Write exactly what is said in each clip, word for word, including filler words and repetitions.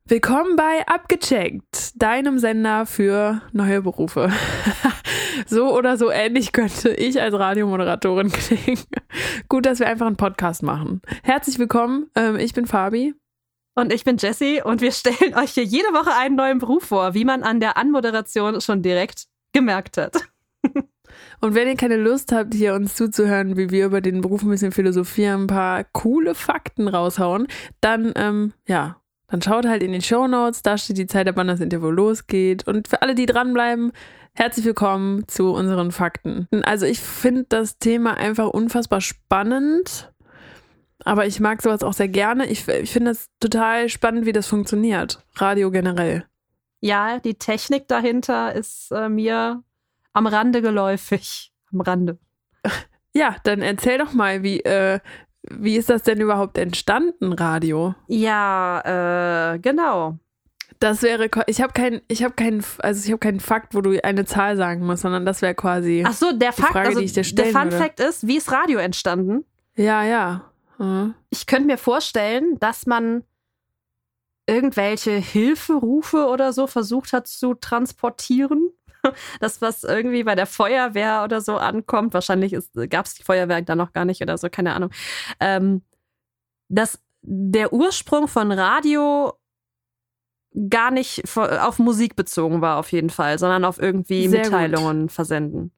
Willkommen bei Abgecheckt, deinem Sender für neue Berufe. So oder so ähnlich könnte ich als Radiomoderatorin klingen. Gut, dass wir einfach einen Podcast machen. Herzlich willkommen, ähm, ich bin Fabi. Und ich bin Jessie und wir stellen euch hier jede Woche einen neuen Beruf vor, wie man an der Anmoderation schon direkt gemerkt hat. Und wenn ihr keine Lust habt, hier uns zuzuhören, wie wir über den Beruf ein bisschen philosophieren, ein paar coole Fakten raushauen, dann, ähm, ja, dann schaut halt in den Shownotes, da steht die Zeit, ab wann das Interview losgeht. Und für alle, die dranbleiben, herzlich willkommen zu unseren Fakten. Also ich finde das Thema einfach unfassbar spannend, aber ich mag sowas auch sehr gerne. Ich, ich finde es total spannend, wie das funktioniert, Radio generell. Ja, die Technik dahinter ist äh, mir am Rande geläufig. Am Rande. Ja, dann erzähl doch mal, wie... Äh, Wie ist das denn überhaupt entstanden, Radio? Ja, äh, genau. Das wäre, ich habe keinen, ich habe keinen, also ich habe keinen Fakt, wo du eine Zahl sagen musst, sondern das wäre quasi Ach so, der die Fakt, Frage, also die ich dir stellen der Fun würde. Fact ist, wie ist Radio entstanden? Ja, ja. Mhm. Ich könnte mir vorstellen, dass man irgendwelche Hilferufe oder so versucht hat zu transportieren. Das, was irgendwie bei der Feuerwehr oder so ankommt, wahrscheinlich gab es die Feuerwehr da noch gar nicht oder so, keine Ahnung. Ähm, dass der Ursprung von Radio gar nicht auf Musik bezogen war auf jeden Fall, sondern auf irgendwie Sehr Mitteilungen gut. versenden.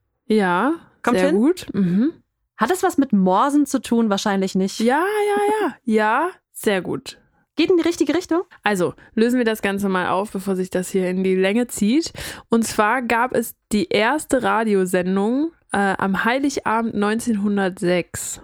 Ja, Kommt sehr hin? gut. Mhm. Hat es was mit Morsen zu tun? Wahrscheinlich nicht. Ja, ja, ja. Ja, sehr gut. Geht in die richtige Richtung? Also, lösen wir das Ganze mal auf, bevor sich das hier in die Länge zieht. Und zwar gab es die erste Radiosendung äh, am Heiligabend neunzehnhundertsechs.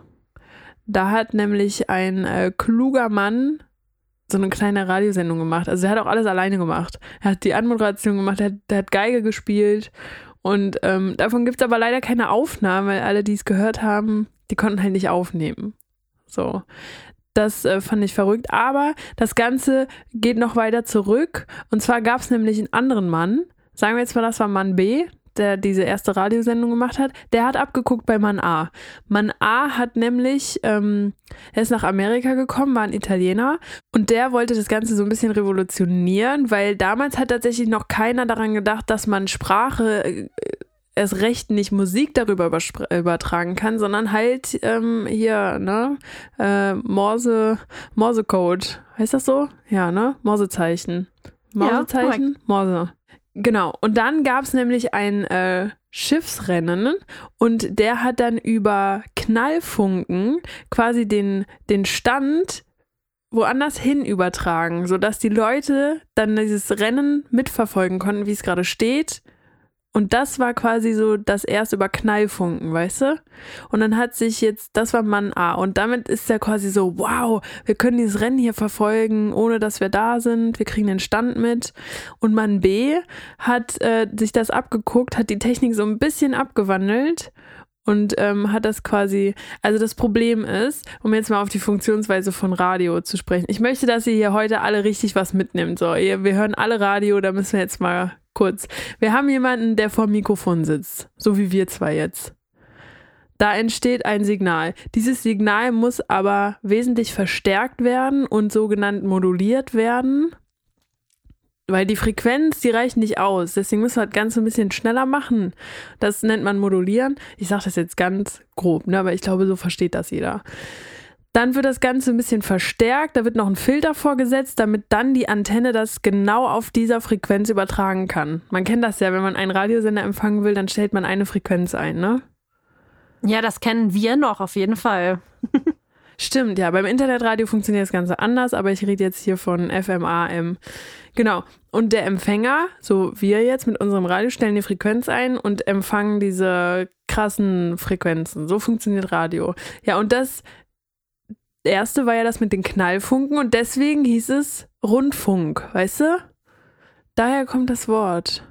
Da hat nämlich ein äh, kluger Mann so eine kleine Radiosendung gemacht. Also er hat auch alles alleine gemacht. Er hat die Anmoderation gemacht, er hat, er hat Geige gespielt. Und ähm, davon gibt es aber leider keine Aufnahmen, weil alle, die es gehört haben, die konnten halt nicht aufnehmen. So. Das äh, fand ich verrückt, aber das Ganze geht noch weiter zurück. Und zwar gab es nämlich einen anderen Mann, sagen wir jetzt mal, das war Mann B, der diese erste Radiosendung gemacht hat. Der hat abgeguckt bei Mann A. Mann A hat nämlich, ähm, er ist nach Amerika gekommen, war ein Italiener und der wollte das Ganze so ein bisschen revolutionieren, weil damals hat tatsächlich noch keiner daran gedacht, dass man Sprache... Äh, erst recht nicht Musik darüber überspr- übertragen kann, sondern halt ähm, hier, ne, äh, Morse, Morsecode. Heißt das so? Ja, ne? Morsezeichen. Morsezeichen? Ja, Morse. Genau. Und dann gab es nämlich ein äh, Schiffsrennen und der hat dann über Knallfunken quasi den, den Stand woanders hin übertragen, sodass die Leute dann dieses Rennen mitverfolgen konnten, wie es gerade steht. Und das war quasi so das erste über Knallfunken, weißt du? Und dann hat sich jetzt, das war Mann A. Und damit ist er quasi so, wow, wir können dieses Rennen hier verfolgen, ohne dass wir da sind. Wir kriegen den Stand mit. Und Mann B hat äh, sich das abgeguckt, hat die Technik so ein bisschen abgewandelt und ähm, hat das quasi, also das Problem ist, um jetzt mal auf die Funktionsweise von Radio zu sprechen. Ich möchte, dass ihr hier heute alle richtig was mitnimmt. So, ihr, wir hören alle Radio, da müssen wir jetzt mal kurz. Wir haben jemanden, der vor dem Mikrofon sitzt, so wie wir zwei jetzt. Da entsteht ein Signal. Dieses Signal muss aber wesentlich verstärkt werden und sogenannt moduliert werden, weil die Frequenz, die reicht nicht aus. Deswegen müssen wir das Ganze ein bisschen schneller machen. Das nennt man modulieren. Ich sage das jetzt ganz grob, ne, aber ich glaube, so versteht das jeder. Dann wird das Ganze ein bisschen verstärkt, da wird noch ein Filter vorgesetzt, damit dann die Antenne das genau auf dieser Frequenz übertragen kann. Man kennt das ja, wenn man einen Radiosender empfangen will, dann stellt man eine Frequenz ein, ne? Ja, das kennen wir noch, auf jeden Fall. Stimmt, ja, beim Internetradio funktioniert das Ganze anders, aber ich rede jetzt hier von F M, A M. Genau, und der Empfänger, so wir jetzt mit unserem Radio, stellen die Frequenz ein und empfangen diese krassen Frequenzen. So funktioniert Radio. Ja, und das erste war ja das mit den Knallfunken und deswegen hieß es Rundfunk, weißt du? Daher kommt das Wort.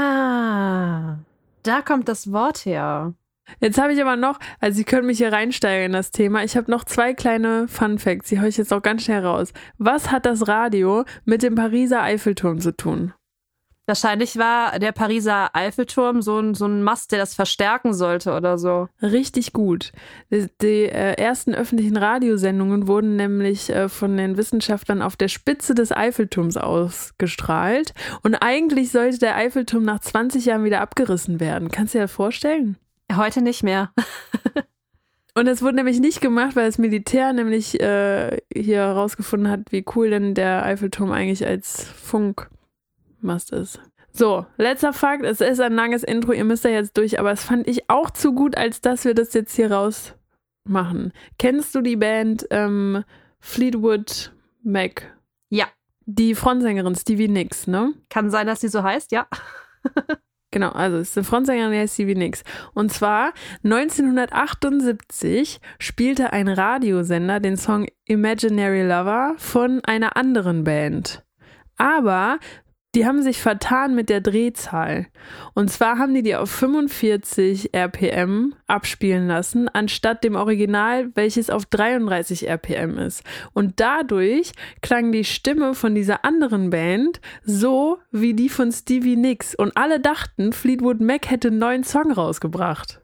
Ah, da kommt das Wort her. Jetzt habe ich aber noch, also Sie können mich hier reinsteigen in das Thema, ich habe noch zwei kleine Fun Facts, die höre ich jetzt auch ganz schnell raus. Was hat das Radio mit dem Pariser Eiffelturm zu tun? Wahrscheinlich war der Pariser Eiffelturm so ein, so ein Mast, der das verstärken sollte oder so. Richtig gut. Die, die äh, ersten öffentlichen Radiosendungen wurden nämlich äh, von den Wissenschaftlern auf der Spitze des Eiffelturms ausgestrahlt. Und eigentlich sollte der Eiffelturm nach zwanzig Jahren wieder abgerissen werden. Kannst du dir das vorstellen? Heute nicht mehr. Und es wurde nämlich nicht gemacht, weil das Militär nämlich äh, hier herausgefunden hat, wie cool denn der Eiffelturm eigentlich als Funkmast ist. So, letzter Fakt, es ist ein langes Intro, ihr müsst da jetzt durch, aber es fand ich auch zu gut, als dass wir das jetzt hier rausmachen. Kennst du die Band ähm, Fleetwood Mac? Ja. Die Frontsängerin Stevie Nicks, ne? Kann sein, dass sie so heißt, ja. Genau, also es ist eine Frontsängerin, die heißt Stevie Nicks. Und zwar neunzehnhundertachtundsiebzig spielte ein Radiosender den Song Imaginary Lover von einer anderen Band. Aber die haben sich vertan mit der Drehzahl. Und zwar haben die die auf fünfundvierzig R P M abspielen lassen, anstatt dem Original, welches auf dreiunddreißig R P M ist. Und dadurch klang die Stimme von dieser anderen Band so wie die von Stevie Nicks. Und alle dachten, Fleetwood Mac hätte einen neuen Song rausgebracht.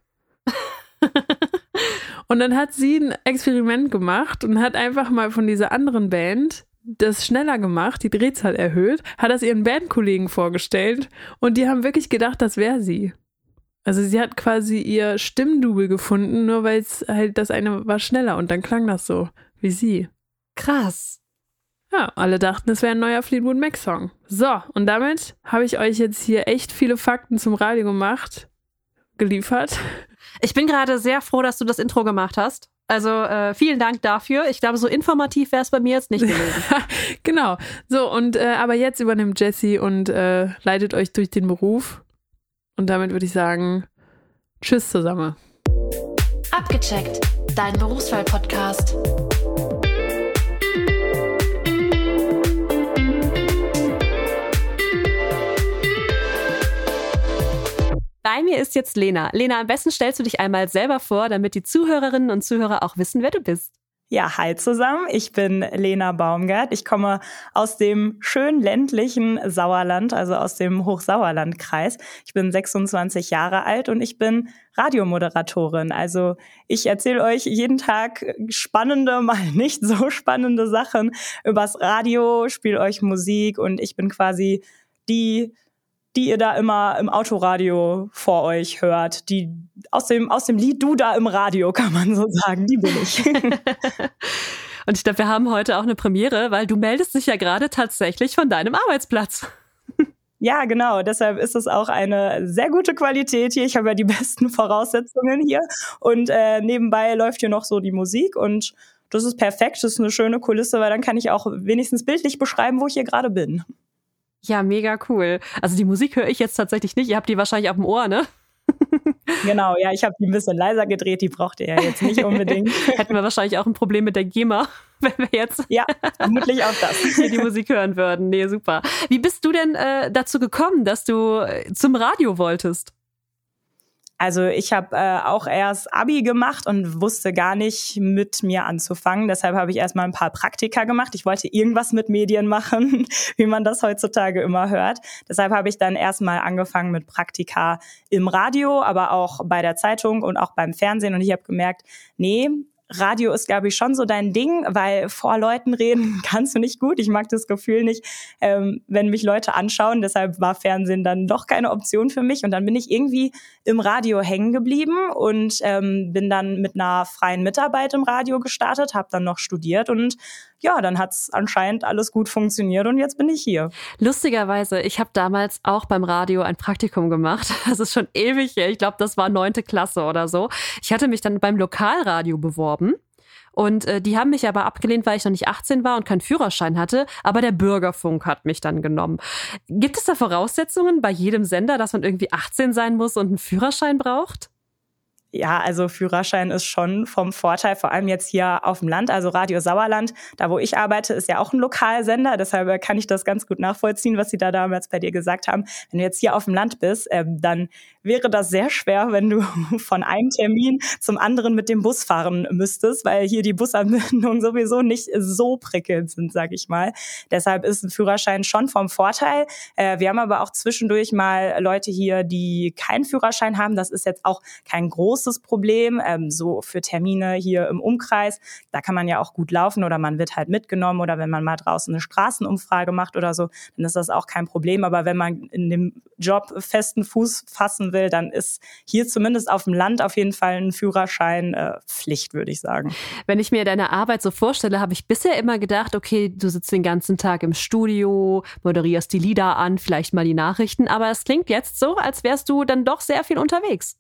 Und dann hat sie ein Experiment gemacht und hat einfach mal von dieser anderen Band das schneller gemacht, die Drehzahl erhöht, hat das ihren Bandkollegen vorgestellt und die haben wirklich gedacht, das wäre sie. Also sie hat quasi ihr Stimmdouble gefunden, nur weil es halt das eine war schneller und dann klang das so wie sie. Krass. Ja, alle dachten, es wäre ein neuer Fleetwood Mac-Song. So, und damit habe ich euch jetzt hier echt viele Fakten zum Radio gemacht, geliefert. Ich bin gerade sehr froh, dass du das Intro gemacht hast. Also äh, vielen Dank dafür. Ich glaube, so informativ wäre es bei mir jetzt nicht gewesen. Genau. So, und äh, aber jetzt übernimmt Jessie und äh, leitet euch durch den Beruf. Und damit würde ich sagen, tschüss zusammen. Abgecheckt, dein Berufswahl-Podcast. Bei mir ist jetzt Lena. Lena, am besten stellst du dich einmal selber vor, damit die Zuhörerinnen und Zuhörer auch wissen, wer du bist. Ja, hi zusammen. Ich bin Lena Baumgart. Ich komme aus dem schön ländlichen Sauerland, also aus dem Hochsauerlandkreis. Ich bin sechsundzwanzig Jahre alt und ich bin Radiomoderatorin. Also ich erzähle euch jeden Tag spannende, mal nicht so spannende Sachen übers Radio, spiele euch Musik und ich bin quasi die die ihr da immer im Autoradio vor euch hört. Die aus dem, aus dem Lied Du da im Radio, kann man so sagen, die bin ich. Und ich glaube, wir haben heute auch eine Premiere, weil du meldest dich ja gerade tatsächlich von deinem Arbeitsplatz. Ja, genau. Deshalb ist es auch eine sehr gute Qualität hier. Ich habe ja die besten Voraussetzungen hier. Und äh, nebenbei läuft hier noch so die Musik und das ist perfekt. Das ist eine schöne Kulisse, weil dann kann ich auch wenigstens bildlich beschreiben, wo ich hier gerade bin. Ja, mega cool. Also die Musik höre ich jetzt tatsächlich nicht. Ihr habt die wahrscheinlich auf dem Ohr, ne? Genau, ja, ich habe die ein bisschen leiser gedreht. Die braucht ihr ja jetzt nicht unbedingt. Hätten wir wahrscheinlich auch ein Problem mit der GEMA, wenn wir jetzt ja, vermutlich auch das. hier die Musik hören würden. Nee, super. Wie bist du denn äh, dazu gekommen, dass du zum Radio wolltest? Also ich habe äh, auch erst Abi gemacht und wusste gar nicht, mit mir anzufangen. Deshalb habe ich erstmal ein paar Praktika gemacht. Ich wollte irgendwas mit Medien machen, wie man das heutzutage immer hört. Deshalb habe ich dann erstmal angefangen mit Praktika im Radio, aber auch bei der Zeitung und auch beim Fernsehen. Und ich habe gemerkt, nee, Radio ist, glaube ich, schon so dein Ding, weil vor Leuten reden kannst du nicht gut. Ich mag das Gefühl nicht, ähm, wenn mich Leute anschauen. Deshalb war Fernsehen dann doch keine Option für mich. Und dann bin ich irgendwie im Radio hängen geblieben und ähm, bin dann mit einer freien Mitarbeit im Radio gestartet, habe dann noch studiert und ja, dann hat's anscheinend alles gut funktioniert und jetzt bin ich hier. Lustigerweise, ich habe damals auch beim Radio ein Praktikum gemacht. Das ist schon ewig her. Ich glaube, das war neunte Klasse oder so. Ich hatte mich dann beim Lokalradio beworben. Und äh, die haben mich aber abgelehnt, weil ich noch nicht achtzehn war und keinen Führerschein hatte. Aber der Bürgerfunk hat mich dann genommen. Gibt es da Voraussetzungen bei jedem Sender, dass man irgendwie achtzehn sein muss und einen Führerschein braucht? Ja, also Führerschein ist schon vom Vorteil, vor allem jetzt hier auf dem Land, also Radio Sauerland, da wo ich arbeite, ist ja auch ein Lokalsender, deshalb kann ich das ganz gut nachvollziehen, was Sie da damals bei dir gesagt haben. Wenn du jetzt hier auf dem Land bist, äh, dann wäre das sehr schwer, wenn du von einem Termin zum anderen mit dem Bus fahren müsstest, weil hier die Busanbindungen sowieso nicht so prickelnd sind, sag ich mal. Deshalb ist ein Führerschein schon vom Vorteil. Äh, wir haben aber auch zwischendurch mal Leute hier, die keinen Führerschein haben. Das ist jetzt auch kein großes Problem, ähm, so für Termine hier im Umkreis. Da kann man ja auch gut laufen oder man wird halt mitgenommen oder wenn man mal draußen eine Straßenumfrage macht oder so, dann ist das auch kein Problem. Aber wenn man in dem Job festen Fuß fassen will, dann ist hier zumindest auf dem Land auf jeden Fall ein Führerschein äh, Pflicht, würde ich sagen. Wenn ich mir deine Arbeit so vorstelle, habe ich bisher immer gedacht, okay, du sitzt den ganzen Tag im Studio, moderierst die Lieder an, vielleicht mal die Nachrichten, aber es klingt jetzt so, als wärst du dann doch sehr viel unterwegs.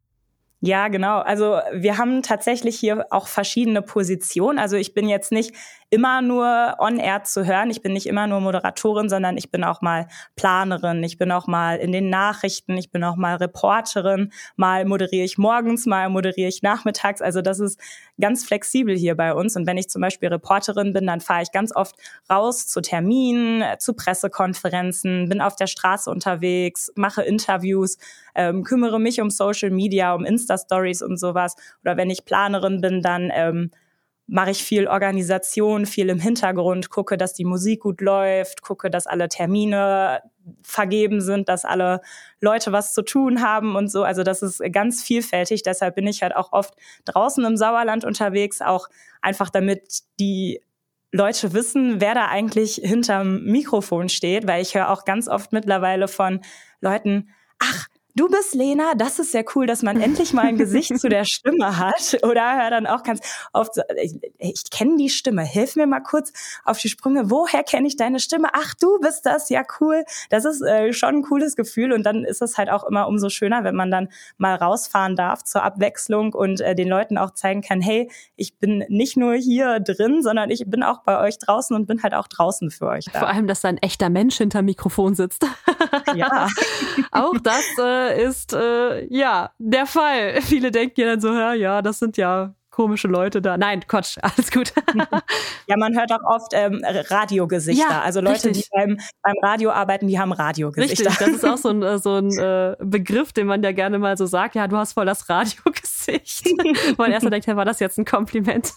Ja, genau. Also wir haben tatsächlich hier auch verschiedene Positionen. Also ich bin jetzt nicht immer nur on-air zu hören. Ich bin nicht immer nur Moderatorin, sondern ich bin auch mal Planerin. Ich bin auch mal in den Nachrichten. Ich bin auch mal Reporterin. Mal moderiere ich morgens, mal moderiere ich nachmittags. Also das ist ganz flexibel hier bei uns. Und wenn ich zum Beispiel Reporterin bin, dann fahre ich ganz oft raus zu Terminen, zu Pressekonferenzen, bin auf der Straße unterwegs, mache Interviews, ähm, kümmere mich um Social Media, um Insta-Stories und sowas. Oder wenn ich Planerin bin, dann ähm, mache ich viel Organisation, viel im Hintergrund, gucke, dass die Musik gut läuft, gucke, dass alle Termine vergeben sind, dass alle Leute was zu tun haben und so. Also das ist ganz vielfältig. Deshalb bin ich halt auch oft draußen im Sauerland unterwegs, auch einfach damit die Leute wissen, wer da eigentlich hinterm Mikrofon steht, weil ich höre auch ganz oft mittlerweile von Leuten, ach, du bist Lena, das ist ja cool, dass man endlich mal ein Gesicht zu der Stimme hat. Oder hör dann auch ganz oft so, ich, ich kenne die Stimme, hilf mir mal kurz auf die Sprünge, woher kenne ich deine Stimme? Ach, du bist das, ja cool. Das ist äh, schon ein cooles Gefühl und dann ist es halt auch immer umso schöner, wenn man dann mal rausfahren darf zur Abwechslung und äh, den Leuten auch zeigen kann, hey, ich bin nicht nur hier drin, sondern ich bin auch bei euch draußen und bin halt auch draußen für euch da. Vor allem, dass da ein echter Mensch hinterm Mikrofon sitzt. Ja. Auch das äh, ist äh, ja der Fall. Viele denken ja dann so, ja, ja, das sind ja komische Leute da. Nein, Quatsch, alles gut. Ja, man hört auch oft ähm, Radiogesichter. Ja, also Leute, richtig. die beim, beim Radio arbeiten, die haben Radiogesichter. Richtig, das ist auch so ein, so ein äh, Begriff, den man ja gerne mal so sagt. Ja, du hast voll das Radiogesicht. Man erst mal denkt, ja, war das jetzt ein Kompliment?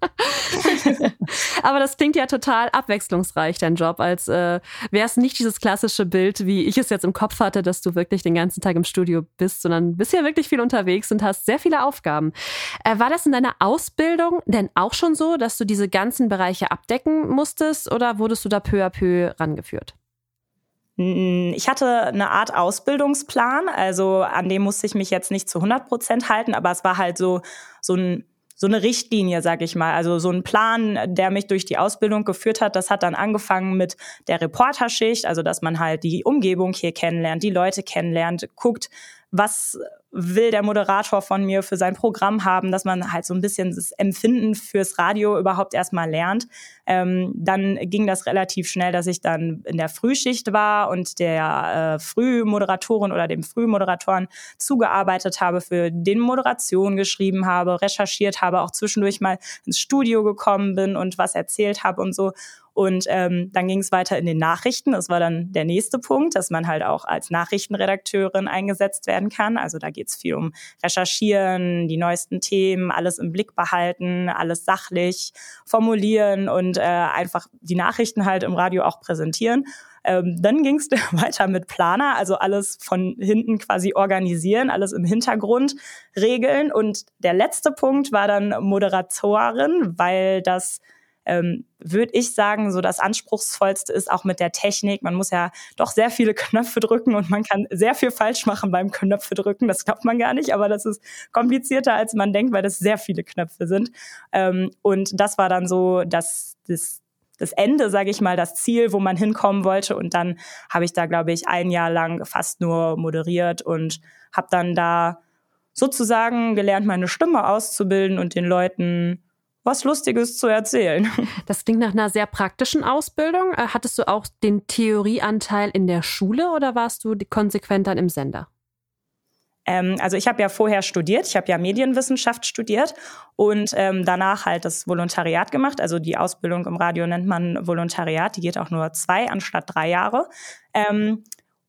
Aber das klingt ja total abwechslungsreich, dein Job, als äh, wäre es nicht dieses klassische Bild, wie ich es jetzt im Kopf hatte, dass du wirklich den ganzen Tag im Studio bist, sondern bist ja wirklich viel unterwegs und hast sehr viele Aufgaben. Äh, war das in deiner Ausbildung denn auch schon so, dass du diese ganzen Bereiche abdecken musstest oder wurdest du da peu à peu rangeführt? Ich hatte eine Art Ausbildungsplan, also an dem musste ich mich jetzt nicht zu hundert Prozent halten, aber es war halt so, so ein so eine Richtlinie, sag ich mal, also so ein Plan, der mich durch die Ausbildung geführt hat. Das hat dann angefangen mit der Reporterschicht, also dass man halt die Umgebung hier kennenlernt, die Leute kennenlernt, guckt, was will der Moderator von mir für sein Programm haben, dass man halt so ein bisschen das Empfinden fürs Radio überhaupt erstmal lernt. Ähm, dann ging das relativ schnell, dass ich dann in der Frühschicht war und der äh, Frühmoderatorin oder dem Frühmoderatoren zugearbeitet habe, für den Moderation geschrieben habe, recherchiert habe, auch zwischendurch mal ins Studio gekommen bin und was erzählt habe und so. Und ähm, dann ging es weiter in den Nachrichten. Das war dann der nächste Punkt, dass man halt auch als Nachrichtenredakteurin eingesetzt werden kann. Also da geht es viel um Recherchieren, die neuesten Themen, alles im Blick behalten, alles sachlich formulieren und äh, einfach die Nachrichten halt im Radio auch präsentieren. Ähm, dann ging es weiter mit Planer, also alles von hinten quasi organisieren, alles im Hintergrund regeln. Und der letzte Punkt war dann Moderatorin, weil das Ähm, würde ich sagen, so das Anspruchsvollste ist auch mit der Technik. Man muss ja doch sehr viele Knöpfe drücken und man kann sehr viel falsch machen beim Knöpfe drücken. Das glaubt man gar nicht, aber das ist komplizierter, als man denkt, weil das sehr viele Knöpfe sind. Ähm, und das war dann so das, das, das Ende, sage ich mal, das Ziel, wo man hinkommen wollte. Und dann habe ich da, glaube ich, ein Jahr lang fast nur moderiert und habe dann da sozusagen gelernt, meine Stimme auszubilden und den Leuten was Lustiges zu erzählen. Das klingt nach einer sehr praktischen Ausbildung. Hattest du auch den Theorieanteil in der Schule oder warst du konsequent dann im Sender? Ähm, also ich habe ja vorher studiert, ich habe ja Medienwissenschaft studiert und ähm, danach halt das Volontariat gemacht. Also die Ausbildung im Radio nennt man Volontariat, die geht auch nur zwei anstatt drei Jahre. Ähm,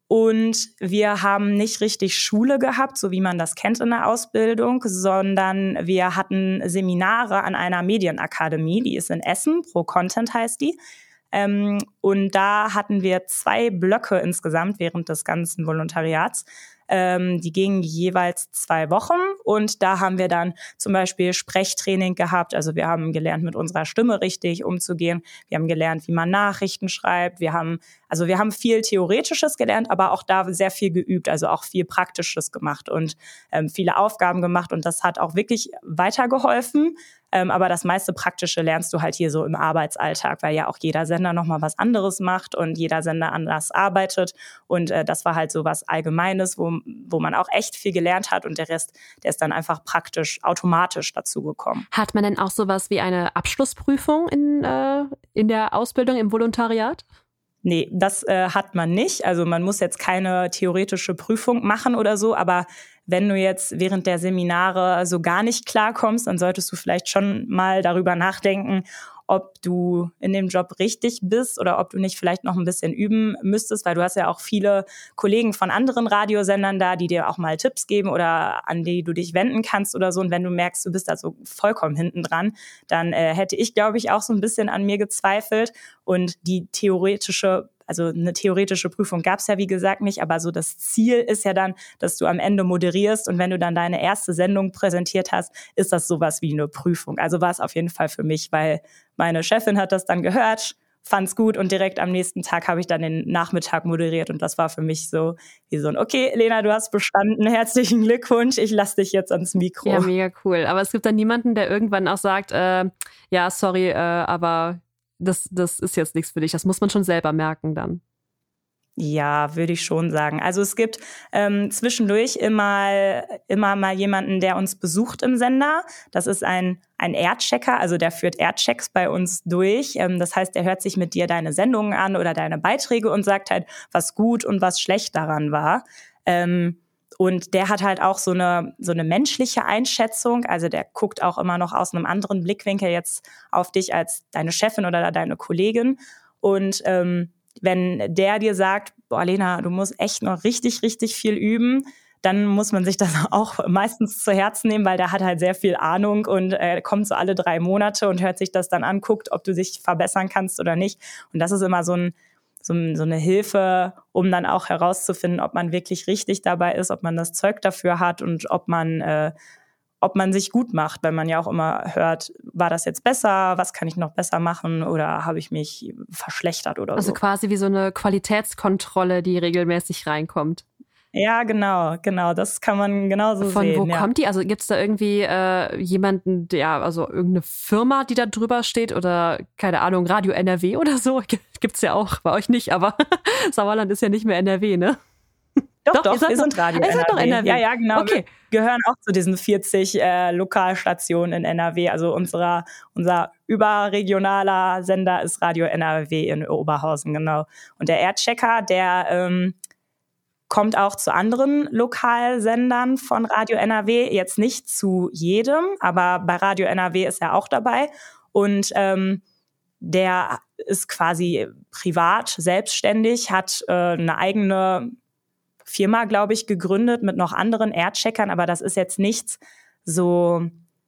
Und wir haben nicht richtig Schule gehabt, so wie man das kennt in der Ausbildung, sondern wir hatten Seminare an einer Medienakademie, die ist in Essen, Pro Content heißt die. Ähm, und da hatten wir zwei Blöcke insgesamt während des ganzen Volontariats. Ähm, die gingen jeweils zwei Wochen und da haben wir dann zum Beispiel Sprechtraining gehabt. Also wir haben gelernt, mit unserer Stimme richtig umzugehen. Wir haben gelernt, wie man Nachrichten schreibt. Wir haben, also wir haben viel Theoretisches gelernt, aber auch da sehr viel geübt, also auch viel Praktisches gemacht und ähm, viele Aufgaben gemacht. Und das hat auch wirklich weitergeholfen. Ähm, aber das meiste Praktische lernst du halt hier so im Arbeitsalltag, weil ja auch jeder Sender nochmal was anderes macht und jeder Sender anders arbeitet. Und äh, das war halt so was Allgemeines, wo, wo man auch echt viel gelernt hat und der Rest, der ist dann einfach praktisch automatisch dazu gekommen. Hat man denn auch sowas wie eine Abschlussprüfung in, äh, in der Ausbildung im Volontariat? Nee, das äh, hat man nicht. Also man muss jetzt keine theoretische Prüfung machen oder so, aber wenn du jetzt während der Seminare so gar nicht klarkommst, dann solltest du vielleicht schon mal darüber nachdenken, ob du in dem Job richtig bist oder ob du nicht vielleicht noch ein bisschen üben müsstest, weil du hast ja auch viele Kollegen von anderen Radiosendern da, die dir auch mal Tipps geben oder an die du dich wenden kannst oder so. Und wenn du merkst, du bist da so vollkommen hinten dran, dann äh, hätte ich, glaube ich, auch so ein bisschen an mir gezweifelt. Und die theoretische Also eine theoretische Prüfung gab es ja, wie gesagt, nicht, aber so das Ziel ist ja dann, dass du am Ende moderierst und wenn du dann deine erste Sendung präsentiert hast, ist das sowas wie eine Prüfung. Also war es auf jeden Fall für mich, weil meine Chefin hat das dann gehört, fand's gut und direkt am nächsten Tag habe ich dann den Nachmittag moderiert und das war für mich so wie so ein, okay, Lena, du hast bestanden, herzlichen Glückwunsch, ich lass dich jetzt ans Mikro. Ja, mega cool. Aber es gibt dann niemanden, der irgendwann auch sagt, äh, ja, sorry, äh, aber Das, das ist jetzt nichts für dich. Das muss man schon selber merken dann. Ja, würde ich schon sagen. Also es gibt ähm, zwischendurch immer, immer mal jemanden, der uns besucht im Sender. Das ist ein, ein Airchecker, also der führt Airchecks bei uns durch. Ähm, das heißt, der hört sich mit dir deine Sendungen an oder deine Beiträge und sagt halt, was gut und was schlecht daran war. Ähm, Und der hat halt auch so eine, so eine menschliche Einschätzung. Also der guckt auch immer noch aus einem anderen Blickwinkel jetzt auf dich als deine Chefin oder deine Kollegin. Und ähm, wenn der dir sagt, boah, Lena, du musst echt noch richtig, richtig viel üben, dann muss man sich das auch meistens zu Herzen nehmen, weil der hat halt sehr viel Ahnung und äh, kommt so alle drei Monate und hört sich das dann an, guckt, ob du dich verbessern kannst oder nicht. Und das ist immer so ein So, so eine Hilfe, um dann auch herauszufinden, ob man wirklich richtig dabei ist, ob man das Zeug dafür hat und ob man, äh, ob man sich gut macht, weil man ja auch immer hört, war das jetzt besser, was kann ich noch besser machen oder habe ich mich verschlechtert oder also so. Also quasi wie so eine Qualitätskontrolle, die regelmäßig reinkommt. Ja, genau, genau, das kann man genauso Von sehen. Von wo ja. kommt die? Also gibt es da irgendwie äh, jemanden, der, also irgendeine Firma, die da drüber steht oder, keine Ahnung, Radio N R W oder so? Gibt's ja auch, bei euch nicht, aber Sauerland ist ja nicht mehr N R W, ne? Doch, doch, doch, wir noch, sind Radio N R W. Doch N R W. Ja, ja, genau. Okay. Wir gehören auch zu diesen vierzig äh, Lokalstationen in N R W. Also unserer, unser überregionaler Sender ist Radio N R W in Oberhausen, genau. Und der Airchecker, der ähm, kommt auch zu anderen Lokalsendern von Radio N R W. Jetzt nicht zu jedem, aber bei Radio N R W ist er auch dabei. Und ähm, der ist quasi privat, selbstständig, hat äh, eine eigene Firma, glaube ich, gegründet mit noch anderen Aircheckern, aber das ist jetzt nichts so,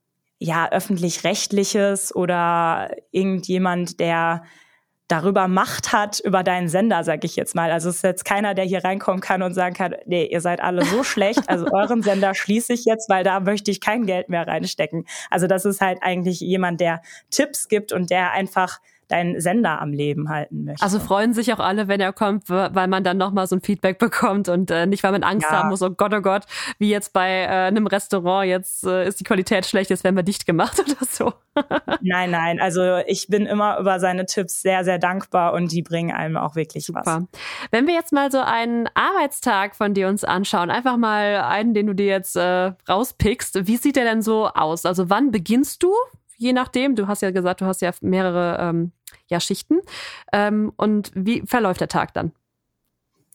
ja, öffentlich-rechtliches oder irgendjemand, der darüber Macht hat, über deinen Sender, sag ich jetzt mal. Also es ist jetzt keiner, der hier reinkommen kann und sagen kann, nee, ihr seid alle so schlecht, also euren Sender schließe ich jetzt, weil da möchte ich kein Geld mehr reinstecken. Also das ist halt eigentlich jemand, der Tipps gibt und der einfach deinen Sender am Leben halten möchte. Also freuen sich auch alle, wenn er kommt, weil man dann nochmal so ein Feedback bekommt und äh, nicht, weil man Angst ja. haben muss, oh Gott, oh Gott, wie jetzt bei äh, einem Restaurant, jetzt äh, ist die Qualität schlecht, jetzt werden wir dicht gemacht oder so. Nein, nein, also ich bin immer über seine Tipps sehr, sehr dankbar und die bringen einem auch wirklich Super. was. Wenn wir jetzt mal so einen Arbeitstag von dir uns anschauen, einfach mal einen, den du dir jetzt äh, rauspickst, wie sieht der denn so aus? Also wann beginnst du? Je nachdem, du hast ja gesagt, du hast ja mehrere ähm, ja, Schichten. Ähm, und wie verläuft der Tag dann?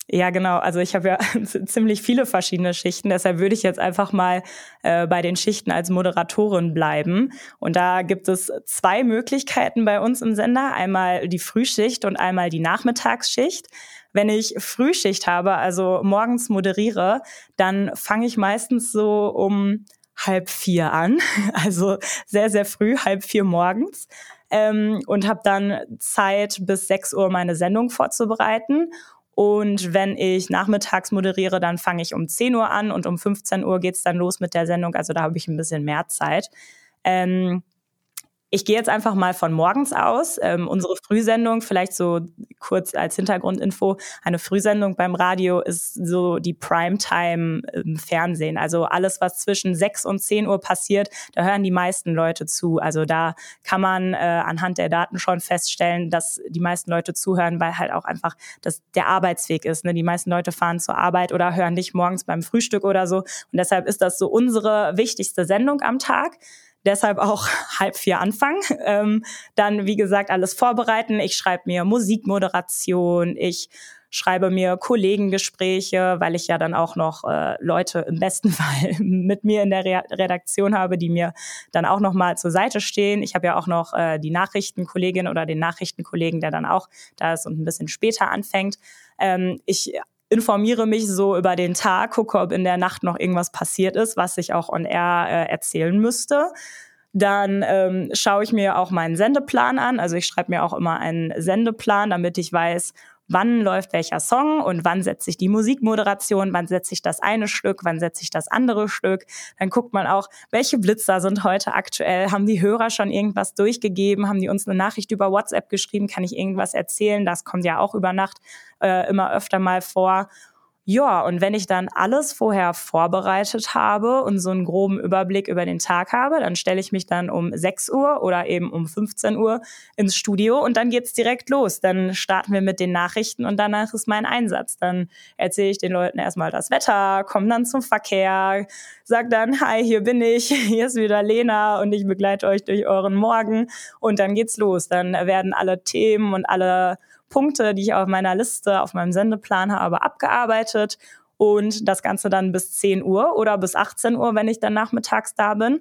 Ja, genau. Also ich habe ja ziemlich viele verschiedene Schichten. Deshalb würde ich jetzt einfach mal äh, bei den Schichten als Moderatorin bleiben. Und da gibt es zwei Möglichkeiten bei uns im Sender. Einmal die Frühschicht und einmal die Nachmittagsschicht. Wenn ich Frühschicht habe, also morgens moderiere, dann fange ich meistens so um halb vier an. Also sehr, sehr früh, halb vier morgens. Ähm, und habe dann Zeit, bis sechs Uhr meine Sendung vorzubereiten. Und wenn ich nachmittags moderiere, dann fange ich um zehn Uhr an und um fünfzehn Uhr geht's dann los mit der Sendung. Also da habe ich ein bisschen mehr Zeit. Ähm, Ich gehe jetzt einfach mal von morgens aus. Ähm, unsere Frühsendung, vielleicht so kurz als Hintergrundinfo, eine Frühsendung beim Radio ist so die Primetime im Fernsehen. Also alles, was zwischen sechs und zehn Uhr passiert, da hören die meisten Leute zu. Also da kann man äh, anhand der Daten schon feststellen, dass die meisten Leute zuhören, weil halt auch einfach das der Arbeitsweg ist. Ne? Die meisten Leute fahren zur Arbeit oder hören dich morgens beim Frühstück oder so. Und deshalb ist das so unsere wichtigste Sendung am Tag. Deshalb auch halb vier anfangen. Ähm, dann, wie gesagt, alles vorbereiten. Ich schreibe mir Musikmoderation, ich schreibe mir Kollegengespräche, weil ich ja dann auch noch äh, Leute im besten Fall mit mir in der Re- Redaktion habe, die mir dann auch noch mal zur Seite stehen. Ich habe ja auch noch äh, die Nachrichtenkollegin oder den Nachrichtenkollegen, der dann auch da ist und ein bisschen später anfängt. Ähm, ich informiere mich so über den Tag, gucke, ob in der Nacht noch irgendwas passiert ist, was ich auch on air äh, erzählen müsste. Dann ähm, schaue ich mir auch meinen Sendeplan an. Also ich schreibe mir auch immer einen Sendeplan, damit ich weiß, wann läuft welcher Song und wann setze ich die Musikmoderation, wann setze ich das eine Stück, wann setze ich das andere Stück. Dann guckt man auch, welche Blitzer sind heute aktuell, haben die Hörer schon irgendwas durchgegeben, haben die uns eine Nachricht über WhatsApp geschrieben, kann ich irgendwas erzählen, das kommt ja auch über Nacht äh, immer öfter mal vor. Ja, und wenn ich dann alles vorher vorbereitet habe und so einen groben Überblick über den Tag habe, dann stelle ich mich dann um sechs Uhr oder eben um fünfzehn Uhr ins Studio und dann geht's direkt los. Dann starten wir mit den Nachrichten und danach ist mein Einsatz. Dann erzähle ich den Leuten erstmal das Wetter, komme dann zum Verkehr, sag dann, hi, hier bin ich, hier ist wieder Lena und ich begleite euch durch euren Morgen und dann geht's los. Dann werden alle Themen und alle Punkte, die ich auf meiner Liste, auf meinem Sendeplan habe, abgearbeitet und das Ganze dann bis zehn Uhr oder bis achtzehn Uhr, wenn ich dann nachmittags da bin.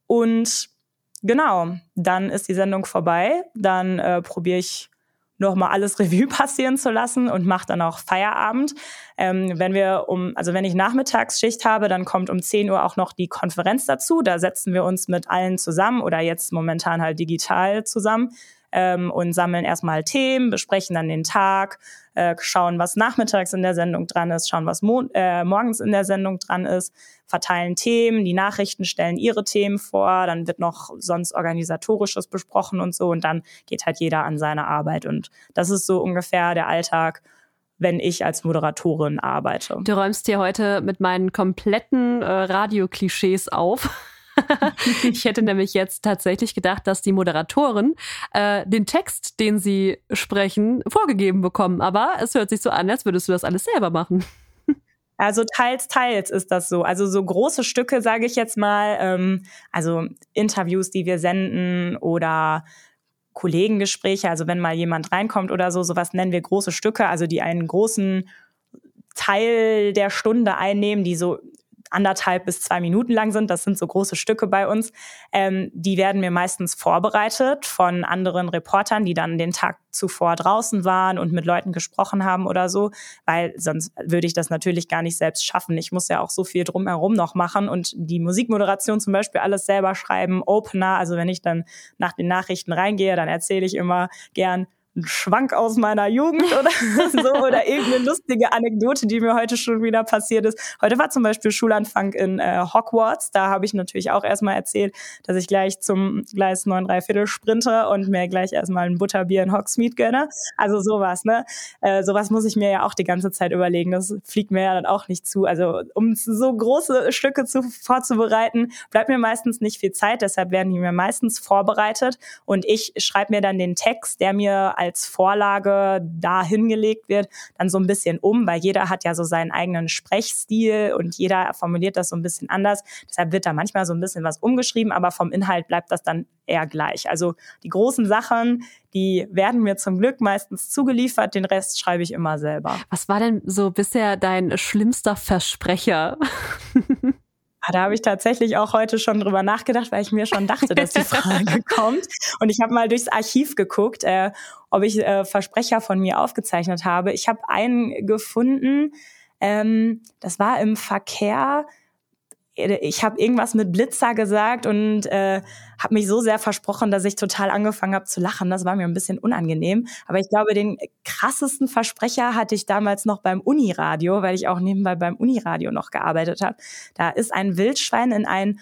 Und genau, dann ist die Sendung vorbei. Dann äh, probiere ich nochmal alles Revue passieren zu lassen und mache dann auch Feierabend. Ähm, wenn wir um, also wenn ich Nachmittagsschicht habe, dann kommt um zehn Uhr auch noch die Konferenz dazu. Da setzen wir uns mit allen zusammen oder jetzt momentan halt digital zusammen. Ähm, und sammeln erstmal Themen, besprechen dann den Tag, äh, schauen, was nachmittags in der Sendung dran ist, schauen, was mo- äh, morgens in der Sendung dran ist, verteilen Themen, die Nachrichten stellen ihre Themen vor, dann wird noch sonst Organisatorisches besprochen und so und dann geht halt jeder an seine Arbeit und das ist so ungefähr der Alltag, wenn ich als Moderatorin arbeite. Du räumst hier heute mit meinen kompletten äh, Radioklischees auf. Ich hätte nämlich jetzt tatsächlich gedacht, dass die Moderatoren äh, den Text, den sie sprechen, vorgegeben bekommen. Aber es hört sich so an, als würdest du das alles selber machen. Also teils, teils ist das so. Also so große Stücke, sage ich jetzt mal, ähm, also Interviews, die wir senden oder Kollegengespräche, also wenn mal jemand reinkommt oder so, sowas nennen wir große Stücke, also die einen großen Teil der Stunde einnehmen, die so anderthalb bis zwei Minuten lang sind. Das sind so große Stücke bei uns. Ähm, die werden mir meistens vorbereitet von anderen Reportern, die dann den Tag zuvor draußen waren und mit Leuten gesprochen haben oder so, weil sonst würde ich das natürlich gar nicht selbst schaffen. Ich muss ja auch so viel drumherum noch machen und die Musikmoderation zum Beispiel alles selber schreiben, Opener. Also wenn ich dann nach den Nachrichten reingehe, dann erzähle ich immer gern ein Schwank aus meiner Jugend oder so oder irgendeine lustige Anekdote, die mir heute schon wieder passiert ist. Heute war zum Beispiel Schulanfang in äh, Hogwarts. Da habe ich natürlich auch erstmal erzählt, dass ich gleich zum Gleis neun drei Viertel sprinte und mir gleich erstmal ein Butterbier in Hogsmeade gönne. Also sowas, ne? Äh, sowas muss ich mir ja auch die ganze Zeit überlegen. Das fliegt mir ja dann auch nicht zu. Also um so große Stücke zu, vorzubereiten, bleibt mir meistens nicht viel Zeit. Deshalb werden die mir meistens vorbereitet und ich schreibe mir dann den Text, der mir als als Vorlage da hingelegt wird, dann so ein bisschen um, weil jeder hat ja so seinen eigenen Sprechstil und jeder formuliert das so ein bisschen anders. Deshalb wird da manchmal so ein bisschen was umgeschrieben, aber vom Inhalt bleibt das dann eher gleich. Also die großen Sachen, die werden mir zum Glück meistens zugeliefert, den Rest schreibe ich immer selber. Was war denn so bisher dein schlimmster Versprecher? Da habe ich tatsächlich auch heute schon drüber nachgedacht, weil ich mir schon dachte, dass die Frage kommt. Und ich habe mal durchs Archiv geguckt, äh, ob ich äh, Versprecher von mir aufgezeichnet habe. Ich habe einen gefunden, ähm, das war im Verkehr. Ich habe irgendwas mit Blitzer gesagt und äh, habe mich so sehr versprochen, dass ich total angefangen habe zu lachen. Das war mir ein bisschen unangenehm. Aber ich glaube, den krassesten Versprecher hatte ich damals noch beim Uniradio, weil ich auch nebenbei beim Uniradio noch gearbeitet habe. Da ist ein Wildschwein in einen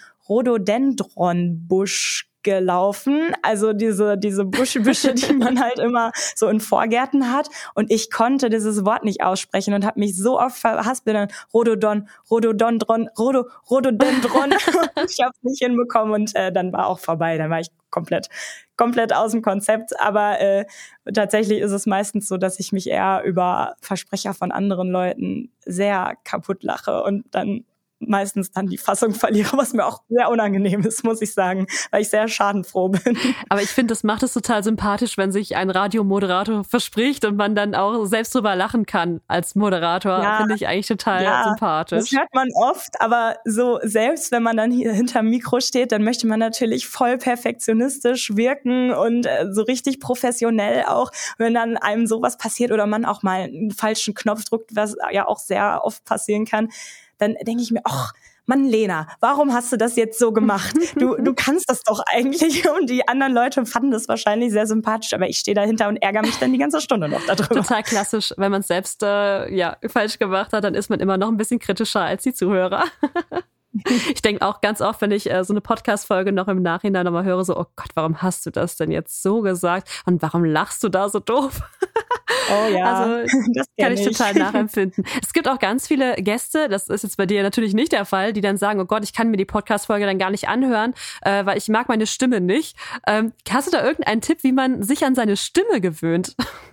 Rhododendronbusch gelaufen, also diese diese Buschbüsche, die man halt immer so in Vorgärten hat, und ich konnte dieses Wort nicht aussprechen und habe mich so oft verhaspelt, dann Rhododon, Rhododendron, Rhodo, Rhododendron, ich habe es nicht hinbekommen und äh, dann war auch vorbei, dann war ich komplett komplett aus dem Konzept, aber äh, tatsächlich ist es meistens so, dass ich mich eher über Versprecher von anderen Leuten sehr kaputt lache und dann meistens dann die Fassung verliere, was mir auch sehr unangenehm ist, muss ich sagen, weil ich sehr schadenfroh bin. Aber ich finde, das macht es total sympathisch, wenn sich ein Radiomoderator verspricht und man dann auch selbst drüber lachen kann als Moderator. Ja, finde ich eigentlich total ja, sympathisch. Das hört man oft, aber so selbst, wenn man dann hier hinterm Mikro steht, dann möchte man natürlich voll perfektionistisch wirken und äh, so richtig professionell auch, wenn dann einem sowas passiert oder man auch mal einen falschen Knopf drückt, was ja auch sehr oft passieren kann, dann denke ich mir, ach, Mann, Lena, warum hast du das jetzt so gemacht? Du, du kannst das doch eigentlich. Und die anderen Leute fanden das wahrscheinlich sehr sympathisch, aber ich stehe dahinter und ärgere mich dann die ganze Stunde noch darüber. Total klassisch. Wenn man es selbst äh, ja, falsch gemacht hat, dann ist man immer noch ein bisschen kritischer als die Zuhörer. Ich denke auch ganz oft, wenn ich äh, so eine Podcast-Folge noch im Nachhinein nochmal höre, so, oh Gott, warum hast du das denn jetzt so gesagt? Und warum lachst du da so doof? Oh ja, also das kann ich total nachempfinden. Es gibt auch ganz viele Gäste, das ist jetzt bei dir natürlich nicht der Fall, die dann sagen, oh Gott, ich kann mir die Podcast-Folge dann gar nicht anhören, äh, weil ich mag meine Stimme nicht. Ähm, hast du da irgendeinen Tipp, wie man sich an seine Stimme gewöhnt?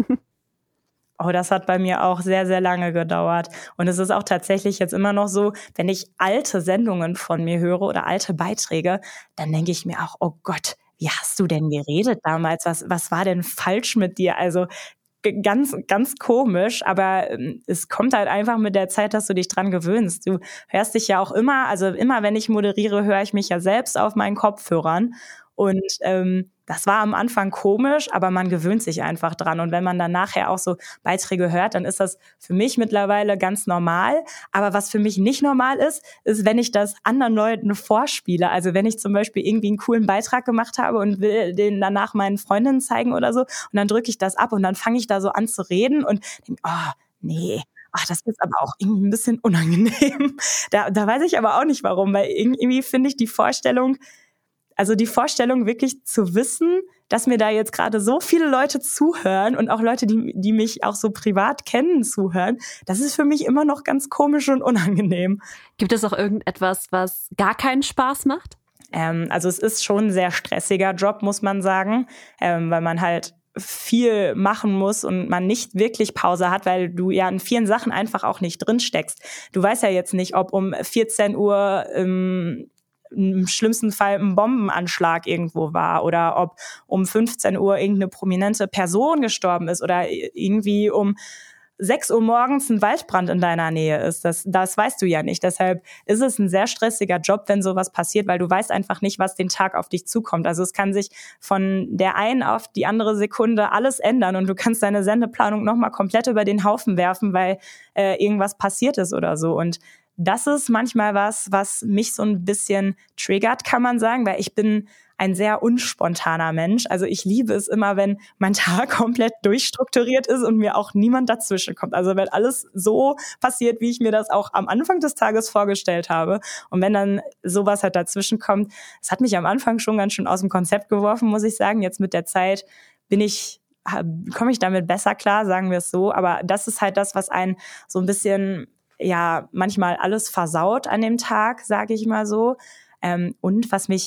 Oh, das hat bei mir auch sehr, sehr lange gedauert. Und es ist auch tatsächlich jetzt immer noch so, wenn ich alte Sendungen von mir höre oder alte Beiträge, dann denke ich mir auch, oh Gott, wie hast du denn geredet damals? Was, was war denn falsch mit dir? Also ganz, ganz komisch, aber es kommt halt einfach mit der Zeit, dass du dich dran gewöhnst. Du hörst dich ja auch immer, also immer, wenn ich moderiere, höre ich mich ja selbst auf meinen Kopfhörern. Und ähm, das war am Anfang komisch, aber man gewöhnt sich einfach dran. Und wenn man dann nachher auch so Beiträge hört, dann ist das für mich mittlerweile ganz normal. Aber was für mich nicht normal ist, ist, wenn ich das anderen Leuten vorspiele. Also wenn ich zum Beispiel irgendwie einen coolen Beitrag gemacht habe und will den danach meinen Freundinnen zeigen oder so, und dann drücke ich das ab und dann fange ich da so an zu reden und denke, oh, nee. Ach, das ist aber auch irgendwie ein bisschen unangenehm. Da, da weiß ich aber auch nicht warum, weil irgendwie finde ich die Vorstellung, Also die Vorstellung wirklich zu wissen, dass mir da jetzt gerade so viele Leute zuhören und auch Leute, die, die mich auch so privat kennen, zuhören, das ist für mich immer noch ganz komisch und unangenehm. Gibt es auch irgendetwas, was gar keinen Spaß macht? Ähm, also es ist schon ein sehr stressiger Job, muss man sagen, ähm, weil man halt viel machen muss und man nicht wirklich Pause hat, weil du ja in vielen Sachen einfach auch nicht drin steckst. Du weißt ja jetzt nicht, ob um vierzehn Uhr ähm, im schlimmsten Fall ein Bombenanschlag irgendwo war oder ob um fünfzehn Uhr irgendeine prominente Person gestorben ist oder irgendwie um sechs Uhr morgens ein Waldbrand in deiner Nähe ist. Das, das weißt du ja nicht. Deshalb ist es ein sehr stressiger Job, wenn sowas passiert, weil du weißt einfach nicht, was den Tag auf dich zukommt. Also es kann sich von der einen auf die andere Sekunde alles ändern und du kannst deine Sendeplanung nochmal komplett über den Haufen werfen, weil äh, irgendwas passiert ist oder so. Und das ist manchmal was, was mich so ein bisschen triggert, kann man sagen, weil ich bin ein sehr unspontaner Mensch. Also ich liebe es immer, wenn mein Tag komplett durchstrukturiert ist und mir auch niemand dazwischen kommt. Also wenn alles so passiert, wie ich mir das auch am Anfang des Tages vorgestellt habe. Und wenn dann sowas halt dazwischen kommt, das hat mich am Anfang schon ganz schön aus dem Konzept geworfen, muss ich sagen. Jetzt mit der Zeit bin ich komme ich damit besser klar, sagen wir es so. Aber das ist halt das, was einen so ein bisschen ja manchmal alles versaut an dem Tag, sage ich mal so. Ähm, und was mich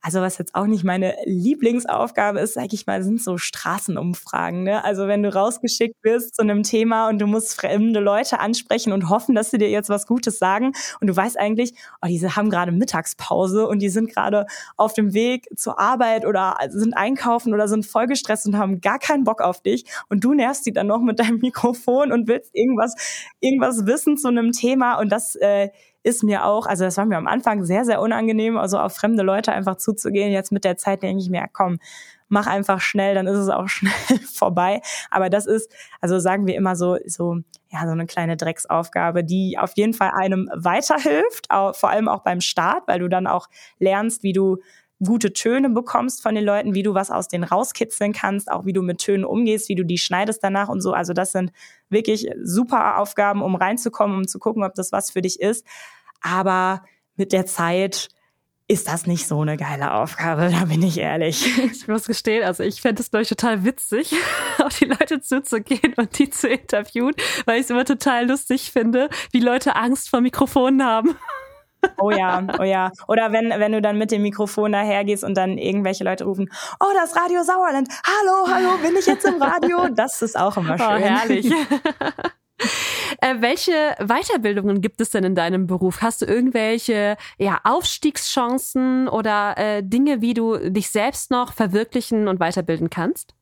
also was jetzt auch nicht meine Lieblingsaufgabe ist, sag ich mal, sind so Straßenumfragen. Ne? Also wenn du rausgeschickt wirst zu einem Thema und du musst fremde Leute ansprechen und hoffen, dass sie dir jetzt was Gutes sagen und du weißt eigentlich, oh, diese haben gerade Mittagspause und die sind gerade auf dem Weg zur Arbeit oder sind einkaufen oder sind voll gestresst und haben gar keinen Bock auf dich und du nervst die dann noch mit deinem Mikrofon und willst irgendwas, irgendwas wissen zu einem Thema und das äh, ist mir auch, also das war mir am Anfang sehr, sehr unangenehm, also auf fremde Leute einfach zuzugehen. Jetzt mit der Zeit denke ich mir, komm, mach einfach schnell, dann ist es auch schnell vorbei. Aber das ist, also sagen wir immer so, so, ja, so eine kleine Drecksaufgabe, die auf jeden Fall einem weiterhilft, auch, vor allem auch beim Start, weil du dann auch lernst, wie du gute Töne bekommst von den Leuten, wie du was aus denen rauskitzeln kannst, auch wie du mit Tönen umgehst, wie du die schneidest danach und so. Also das sind wirklich super Aufgaben, um reinzukommen, um zu gucken, ob das was für dich ist. Aber mit der Zeit ist das nicht so eine geile Aufgabe, da bin ich ehrlich. Ich muss gestehen, also ich fände es, glaube ich, total witzig, auf die Leute zuzugehen und die zu interviewen, weil ich es immer total lustig finde, wie Leute Angst vor Mikrofonen haben. Oh ja, oh ja. Oder wenn wenn du dann mit dem Mikrofon dahergehst und dann irgendwelche Leute rufen, oh, das Radio Sauerland, hallo, hallo, bin ich jetzt im Radio? Das ist auch immer schön. Oh, herrlich. äh, welche Weiterbildungen gibt es denn in deinem Beruf? Hast du irgendwelche ja, Aufstiegschancen oder äh, Dinge, wie du dich selbst noch verwirklichen und weiterbilden kannst?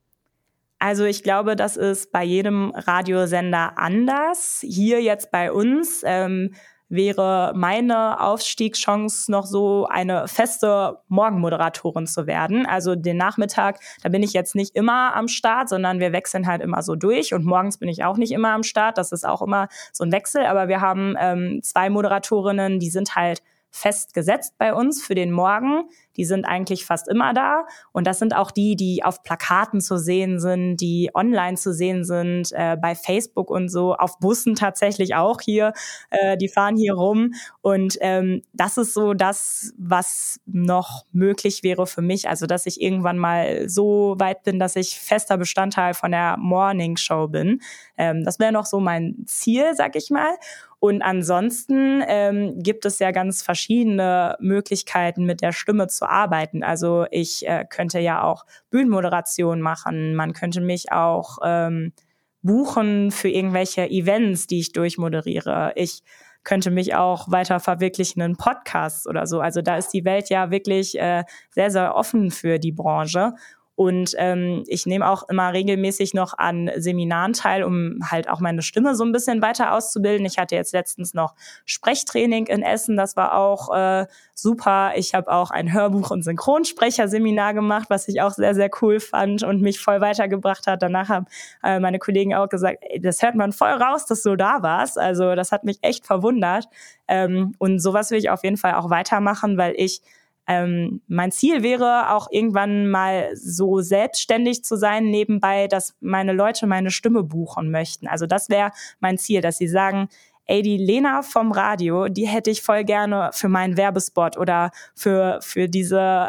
Also ich glaube, das ist bei jedem Radiosender anders. Hier jetzt bei uns ähm, wäre meine Aufstiegschance noch so, eine feste Morgenmoderatorin zu werden. Also den Nachmittag, da bin ich jetzt nicht immer am Start, sondern wir wechseln halt immer so durch. Und morgens bin ich auch nicht immer am Start. Das ist auch immer so ein Wechsel. Aber wir haben ähm, zwei Moderatorinnen, die sind halt fest gesetzt bei uns für den Morgen. Die sind eigentlich fast immer da. Und das sind auch die, die auf Plakaten zu sehen sind, die online zu sehen sind, äh, bei Facebook und so, auf Bussen tatsächlich auch hier. Äh, die fahren hier rum. Und ähm, das ist so das, was noch möglich wäre für mich. Also, dass ich irgendwann mal so weit bin, dass ich fester Bestandteil von der Morning Show bin. Ähm, das wäre noch so mein Ziel, sag ich mal. Und ansonsten ähm, gibt es ja ganz verschiedene Möglichkeiten, mit der Stimme zu arbeiten. Also ich äh, könnte ja auch Bühnenmoderation machen. Man könnte mich auch ähm, buchen für irgendwelche Events, die ich durchmoderiere. Ich könnte mich auch weiter verwirklichen in Podcasts oder so. Also da ist die Welt ja wirklich äh, sehr, sehr offen für die Branche. Und ähm, ich nehme auch immer regelmäßig noch an Seminaren teil, um halt auch meine Stimme so ein bisschen weiter auszubilden. Ich hatte jetzt letztens noch Sprechtraining in Essen, das war auch äh, super. Ich habe auch ein Hörbuch- und Synchronsprecherseminar gemacht, was ich auch sehr, sehr cool fand und mich voll weitergebracht hat. Danach haben äh, meine Kollegen auch gesagt, ey, das hört man voll raus, dass du da warst. Also das hat mich echt verwundert. Ähm, und sowas will ich auf jeden Fall auch weitermachen, weil ich Ähm, mein Ziel wäre auch irgendwann mal so selbstständig zu sein nebenbei, dass meine Leute meine Stimme buchen möchten. Also das wäre mein Ziel, dass sie sagen, ey, die Lena vom Radio, die hätte ich voll gerne für meinen Werbespot oder für für diese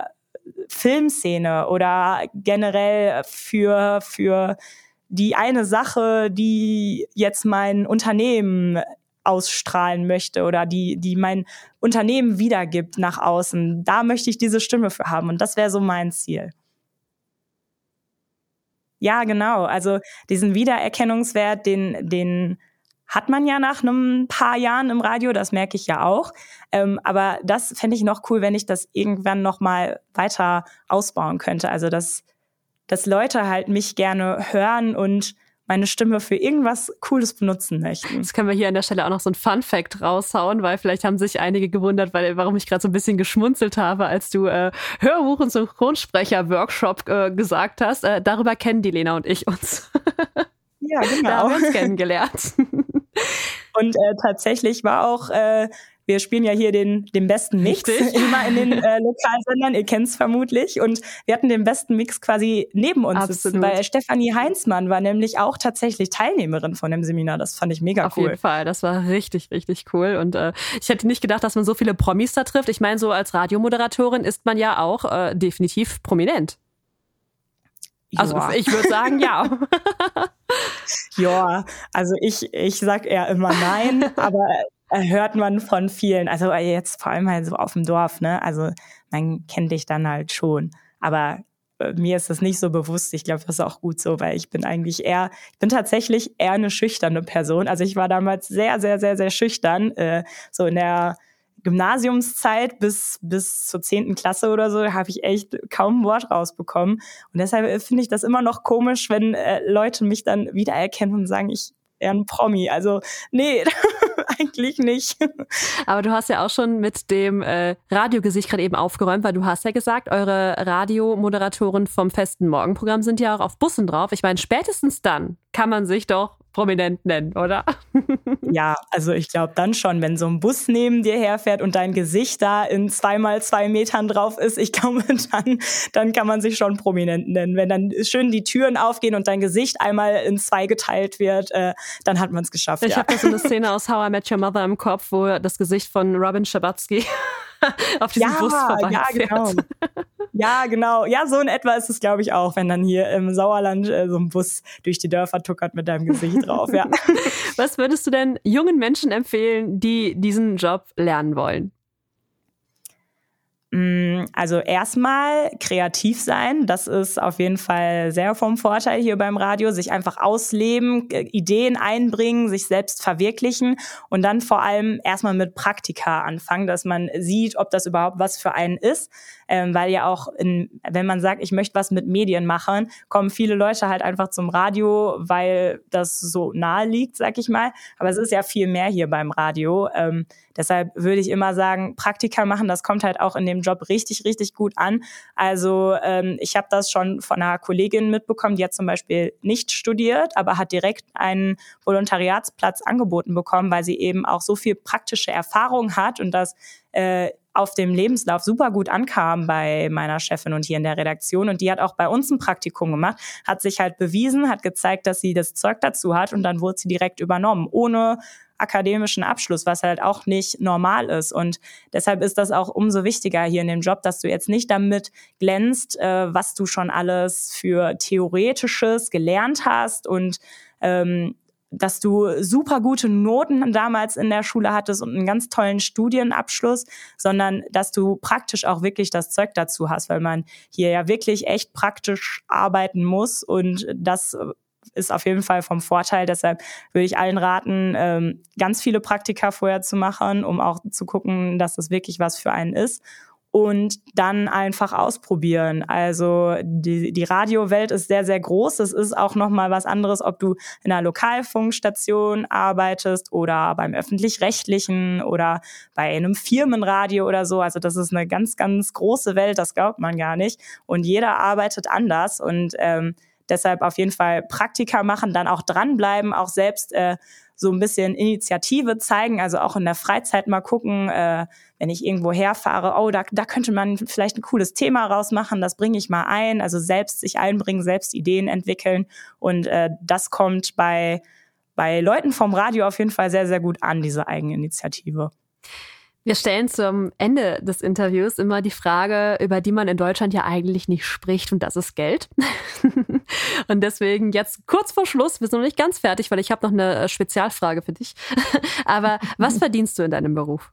Filmszene oder generell für für die eine Sache, die jetzt mein Unternehmen ausstrahlen möchte oder die die mein Unternehmen wiedergibt nach außen. Da möchte ich diese Stimme für haben und das wäre so mein Ziel. Ja, genau. Also diesen Wiedererkennungswert, den den hat man ja nach einem paar Jahren im Radio, das merke ich ja auch. Ähm, aber das fände ich noch cool, wenn ich das irgendwann noch mal weiter ausbauen könnte. Also dass dass Leute halt mich gerne hören und meine Stimme für irgendwas Cooles benutzen möchten. Jetzt können wir hier an der Stelle auch noch so ein Fun-Fact raushauen, weil vielleicht haben sich einige gewundert, weil warum ich gerade so ein bisschen geschmunzelt habe, als du äh, Hörbuch- und Synchronsprecher-Workshop äh, gesagt hast. Äh, darüber kennen die Lena und ich uns. Ja, genau. Da haben wir uns kennengelernt. Und äh, tatsächlich war auch... Äh, Wir spielen ja hier den, den besten Mix Richtig. immer in den äh, Lokalsendern, ihr kennt's vermutlich. Und wir hatten den besten Mix quasi neben uns Absolut. sitzen, weil Stefanie Heinzmann war nämlich auch tatsächlich Teilnehmerin von dem Seminar. Das fand ich mega Auf cool. Auf jeden Fall, das war richtig, richtig cool. Und äh, ich hätte nicht gedacht, dass man so viele Promis da trifft. Ich meine, so als Radiomoderatorin ist man ja auch äh, definitiv prominent. Also Joa. ich würde sagen, ja. Ja, also ich ich sag eher immer nein, aber hört man von vielen. Also jetzt vor allem halt so auf dem Dorf, ne? Also man kennt dich dann halt schon. Aber äh, mir ist das nicht so bewusst. Ich glaube, das ist auch gut so, weil ich bin eigentlich eher, ich bin tatsächlich eher eine schüchterne Person. Also ich war damals sehr, sehr, sehr, sehr schüchtern. Äh, so in der Gymnasiumszeit bis bis zur zehnten Klasse oder so, habe ich echt kaum ein Wort rausbekommen. Und deshalb finde ich das immer noch komisch, wenn äh, Leute mich dann wiedererkennen und sagen, ich wäre ein Promi. Also nee, eigentlich nicht. Aber du hast ja auch schon mit dem äh, Radiogesicht gerade eben aufgeräumt, weil du hast ja gesagt, eure Radiomoderatoren vom festen Morgenprogramm sind ja auch auf Bussen drauf. Ich meine, spätestens dann kann man sich doch prominent nennen, oder? Ja, also ich glaube dann schon, wenn so ein Bus neben dir herfährt und dein Gesicht da in zwei mal zwei Metern drauf ist, ich glaube, dann, dann kann man sich schon prominent nennen. Wenn dann schön die Türen aufgehen und dein Gesicht einmal in zwei geteilt wird, äh, dann hat man es geschafft. Ich ja. habe da so eine Szene aus How I Met Your Mother im Kopf, wo das Gesicht von Robin Schabatsky auf diesem ja, Bus vorbeifährt. Ja, genau. Ja, genau. Ja, so in etwa ist es, glaube ich, auch, wenn dann hier im Sauerland äh, so ein Bus durch die Dörfer tuckert mit deinem Gesicht drauf. Ja. Was würdest du denn jungen Menschen empfehlen, die diesen Job lernen wollen? Also erstmal kreativ sein, das ist auf jeden Fall sehr vom Vorteil hier beim Radio, sich einfach ausleben, Ideen einbringen, sich selbst verwirklichen und dann vor allem erstmal mit Praktika anfangen, dass man sieht, ob das überhaupt was für einen ist, ähm, weil ja auch, in, wenn man sagt, ich möchte was mit Medien machen, kommen viele Leute halt einfach zum Radio, weil das so nahe liegt, sag ich mal, aber es ist ja viel mehr hier beim Radio, ähm, deshalb würde ich immer sagen, Praktika machen, das kommt halt auch in dem Job richtig, richtig gut an. Also ähm, ich habe das schon von einer Kollegin mitbekommen, die hat zum Beispiel nicht studiert, aber hat direkt einen Volontariatsplatz angeboten bekommen, weil sie eben auch so viel praktische Erfahrung hat und das äh, auf dem Lebenslauf super gut ankam bei meiner Chefin und hier in der Redaktion. Und die hat auch bei uns ein Praktikum gemacht, hat sich halt bewiesen, hat gezeigt, dass sie das Zeug dazu hat und dann wurde sie direkt übernommen, ohne akademischen Abschluss, was halt auch nicht normal ist. Und deshalb ist das auch umso wichtiger hier in dem Job, dass du jetzt nicht damit glänzt, äh, was du schon alles für Theoretisches gelernt hast und ähm, dass du super gute Noten damals in der Schule hattest und einen ganz tollen Studienabschluss, sondern dass du praktisch auch wirklich das Zeug dazu hast, weil man hier ja wirklich echt praktisch arbeiten muss und das ist auf jeden Fall vom Vorteil. Deshalb würde ich allen raten, ähm, ganz viele Praktika vorher zu machen, um auch zu gucken, dass das wirklich was für einen ist. Und dann einfach ausprobieren. Also die, die Radiowelt ist sehr, sehr groß. Es ist auch nochmal was anderes, ob du in einer Lokalfunkstation arbeitest oder beim Öffentlich-Rechtlichen oder bei einem Firmenradio oder so. Also das ist eine ganz, ganz große Welt, das glaubt man gar nicht. Und jeder arbeitet anders und ähm, deshalb auf jeden Fall Praktika machen, dann auch dranbleiben, auch selbst äh, so ein bisschen Initiative zeigen, also auch in der Freizeit mal gucken, äh, wenn ich irgendwo herfahre, oh, da, da könnte man vielleicht ein cooles Thema rausmachen, das bringe ich mal ein, also selbst sich einbringen, selbst Ideen entwickeln und äh, das kommt bei, bei Leuten vom Radio auf jeden Fall sehr, sehr gut an, diese Eigeninitiative. Wir stellen zum Ende des Interviews immer die Frage, über die man in Deutschland ja eigentlich nicht spricht, und das ist Geld. Und deswegen jetzt kurz vor Schluss, wir sind noch nicht ganz fertig, weil ich habe noch eine Spezialfrage für dich. Aber was verdienst du in deinem Beruf?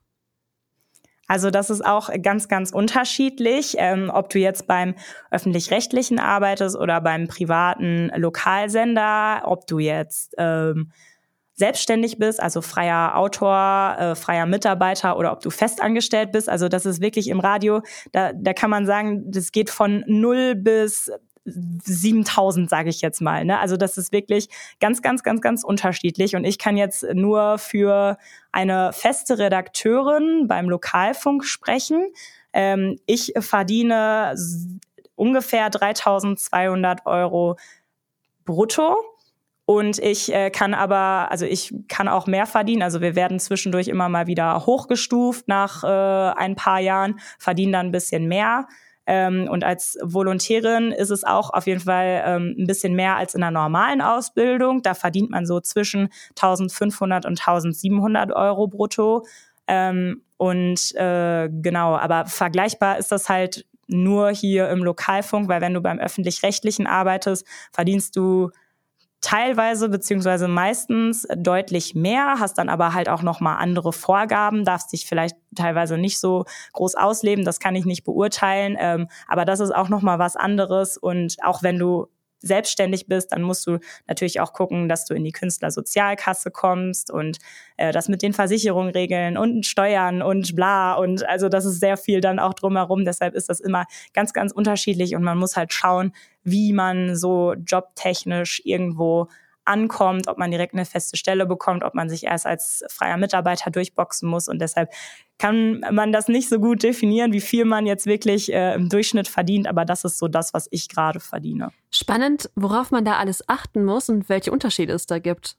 Also das ist auch ganz, ganz unterschiedlich, ähm, ob du jetzt beim Öffentlich-Rechtlichen arbeitest oder beim privaten Lokalsender, ob du jetzt ähm, selbstständig bist, also freier Autor, äh, freier Mitarbeiter oder ob du festangestellt bist. Also das ist wirklich im Radio, da, da kann man sagen, das geht von null bis siebentausend, sage ich jetzt mal. Ne? Also das ist wirklich ganz, ganz, ganz, ganz unterschiedlich. Und ich kann jetzt nur für eine feste Redakteurin beim Lokalfunk sprechen. Ähm, ich verdiene ungefähr dreitausendzweihundert Euro brutto. Und ich äh, kann aber, also ich kann auch mehr verdienen. Also wir werden zwischendurch immer mal wieder hochgestuft nach äh, ein paar Jahren, verdienen dann ein bisschen mehr. Ähm, und als Volontärin ist es auch auf jeden Fall ähm, ein bisschen mehr als in einer normalen Ausbildung. Da verdient man so zwischen eintausendfünfhundert und eintausendsiebenhundert Euro brutto. Ähm, und äh, genau, aber vergleichbar ist das halt nur hier im Lokalfunk, weil wenn du beim Öffentlich-Rechtlichen arbeitest, verdienst du teilweise beziehungsweise meistens deutlich mehr, hast dann aber halt auch nochmal andere Vorgaben, darfst dich vielleicht teilweise nicht so groß ausleben, das kann ich nicht beurteilen, ähm, aber das ist auch nochmal was anderes. Und auch wenn du selbstständig bist, dann musst du natürlich auch gucken, dass du in die Künstlersozialkasse kommst und äh, das mit den Versicherungen regeln und Steuern und bla. Und also das ist sehr viel dann auch drumherum. Deshalb ist das immer ganz, ganz unterschiedlich und man muss halt schauen, wie man so jobtechnisch irgendwo ankommt, ob man direkt eine feste Stelle bekommt, ob man sich erst als freier Mitarbeiter durchboxen muss. Und deshalb kann man das nicht so gut definieren, wie viel man jetzt wirklich äh, im Durchschnitt verdient. Aber das ist so das, was ich gerade verdiene. Spannend, worauf man da alles achten muss und welche Unterschiede es da gibt.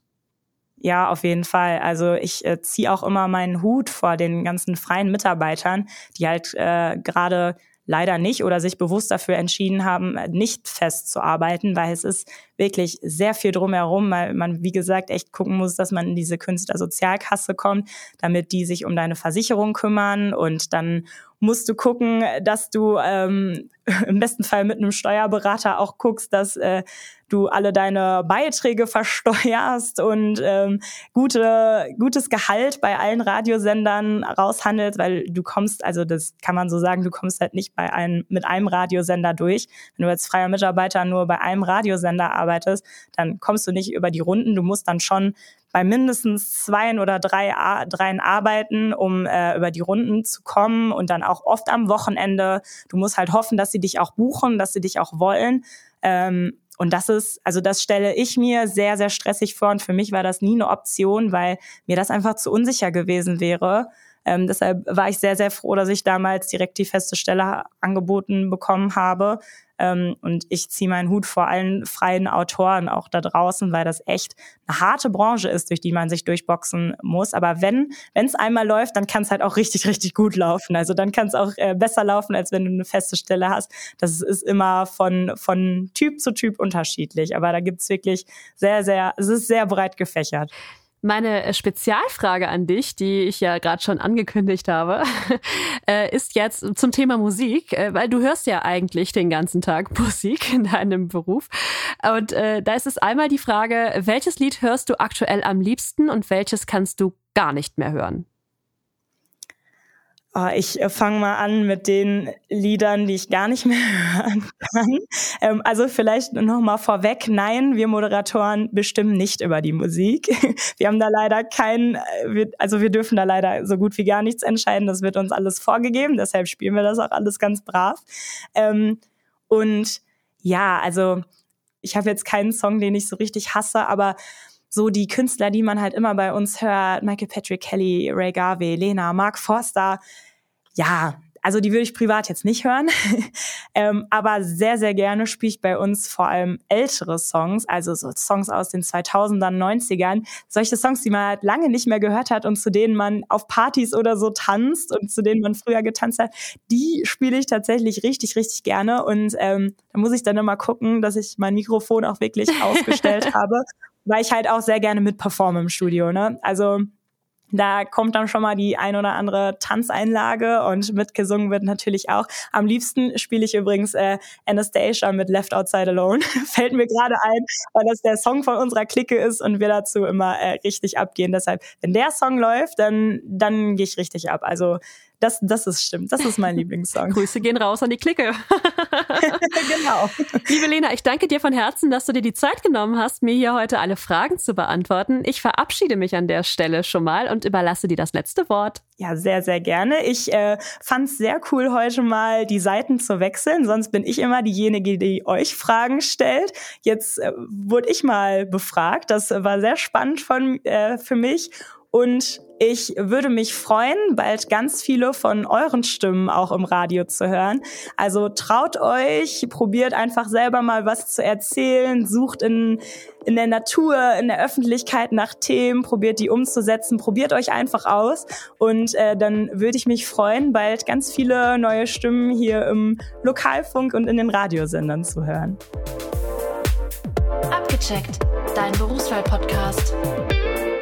Ja, auf jeden Fall. Also ich äh, ziehe auch immer meinen Hut vor den ganzen freien Mitarbeitern, die halt äh, gerade leider nicht oder sich bewusst dafür entschieden haben, nicht fest zu arbeiten, weil es ist wirklich sehr viel drumherum, weil man, wie gesagt, echt gucken muss, dass man in diese Künstlersozialkasse kommt, damit die sich um deine Versicherung kümmern und dann musst du gucken, dass du ähm, im besten Fall mit einem Steuerberater auch guckst, dass äh, du alle deine Beiträge versteuerst und ähm, gute gutes Gehalt bei allen Radiosendern raushandelst, weil du kommst, also das kann man so sagen, du kommst halt nicht bei einem mit einem Radiosender durch. Wenn du als freier Mitarbeiter nur bei einem Radiosender arbeitest, dann kommst du nicht über die Runden. Du musst dann schon bei mindestens zwei oder drei dreien arbeiten, um äh, über die Runden zu kommen und dann auch oft am Wochenende. Du musst halt hoffen, dass sie dich auch buchen, dass sie dich auch wollen. Ähm, und das ist, also das stelle ich mir sehr, sehr stressig vor und für mich war das nie eine Option, weil mir das einfach zu unsicher gewesen wäre. Ähm, deshalb war ich sehr, sehr froh, dass ich damals direkt die feste Stelle angeboten bekommen habe. Ähm, und ich ziehe meinen Hut vor allen freien Autoren auch da draußen, weil das echt eine harte Branche ist, durch die man sich durchboxen muss. Aber wenn wenn es einmal läuft, dann kann es halt auch richtig, richtig gut laufen. Also dann kann es auch äh, besser laufen, als wenn du eine feste Stelle hast. Das ist immer von von Typ zu Typ unterschiedlich. Aber da gibt's wirklich sehr, sehr, es ist sehr breit gefächert. Meine Spezialfrage an dich, die ich ja gerade schon angekündigt habe, ist jetzt zum Thema Musik, weil du hörst ja eigentlich den ganzen Tag Musik in deinem Beruf. Und äh, da ist es einmal die Frage, welches Lied hörst du aktuell am liebsten und welches kannst du gar nicht mehr hören? Oh, ich fange mal an mit den Liedern, die ich gar nicht mehr hören kann. Ähm, also vielleicht noch mal vorweg, nein, wir Moderatoren bestimmen nicht über die Musik. Wir haben da leider keinen, also wir dürfen da leider so gut wie gar nichts entscheiden. Das wird uns alles vorgegeben, deshalb spielen wir das auch alles ganz brav. Ähm, und ja, also ich habe jetzt keinen Song, den ich so richtig hasse, aber so die Künstler, die man halt immer bei uns hört, Michael Patrick Kelly, Ray Garvey, Lena, Mark Forster, ja, also die würde ich privat jetzt nicht hören, ähm, aber sehr, sehr gerne spiele ich bei uns vor allem ältere Songs, also so Songs aus den zweitausendern, neunzigern, solche Songs, die man halt lange nicht mehr gehört hat und zu denen man auf Partys oder so tanzt und zu denen man früher getanzt hat, die spiele ich tatsächlich richtig, richtig gerne und ähm, da muss ich dann immer gucken, dass ich mein Mikrofon auch wirklich aufgestellt habe, weil ich halt auch sehr gerne mitperforme im Studio, ne? Also da kommt dann schon mal die ein oder andere Tanzeinlage und mitgesungen wird natürlich auch. Am liebsten spiele ich übrigens äh, Anastasia mit Left Outside Alone. Fällt mir gerade ein, weil das der Song von unserer Clique ist und wir dazu immer äh, richtig abgehen. Deshalb, wenn der Song läuft, dann dann gehe ich richtig ab. Also das das ist stimmt. Das ist mein Lieblingssong. Grüße gehen raus an die Clique. Genau. Liebe Lena, ich danke dir von Herzen, dass du dir die Zeit genommen hast, mir hier heute alle Fragen zu beantworten. Ich verabschiede mich an der Stelle schon mal und überlasse dir das letzte Wort. Ja, sehr, sehr gerne. Ich äh, fand es sehr cool, heute mal die Seiten zu wechseln. Sonst bin ich immer diejenige, die euch Fragen stellt. Jetzt äh, wurde ich mal befragt. Das war sehr spannend von äh, für mich. Und ich würde mich freuen, bald ganz viele von euren Stimmen auch im Radio zu hören. Also traut euch, probiert einfach selber mal was zu erzählen, sucht in in der Natur, in der Öffentlichkeit nach Themen, probiert die umzusetzen, probiert euch einfach aus und äh, dann würde ich mich freuen, bald ganz viele neue Stimmen hier im Lokalfunk und in den Radiosendern zu hören. Abgecheckt, dein Berufswahl-Podcast.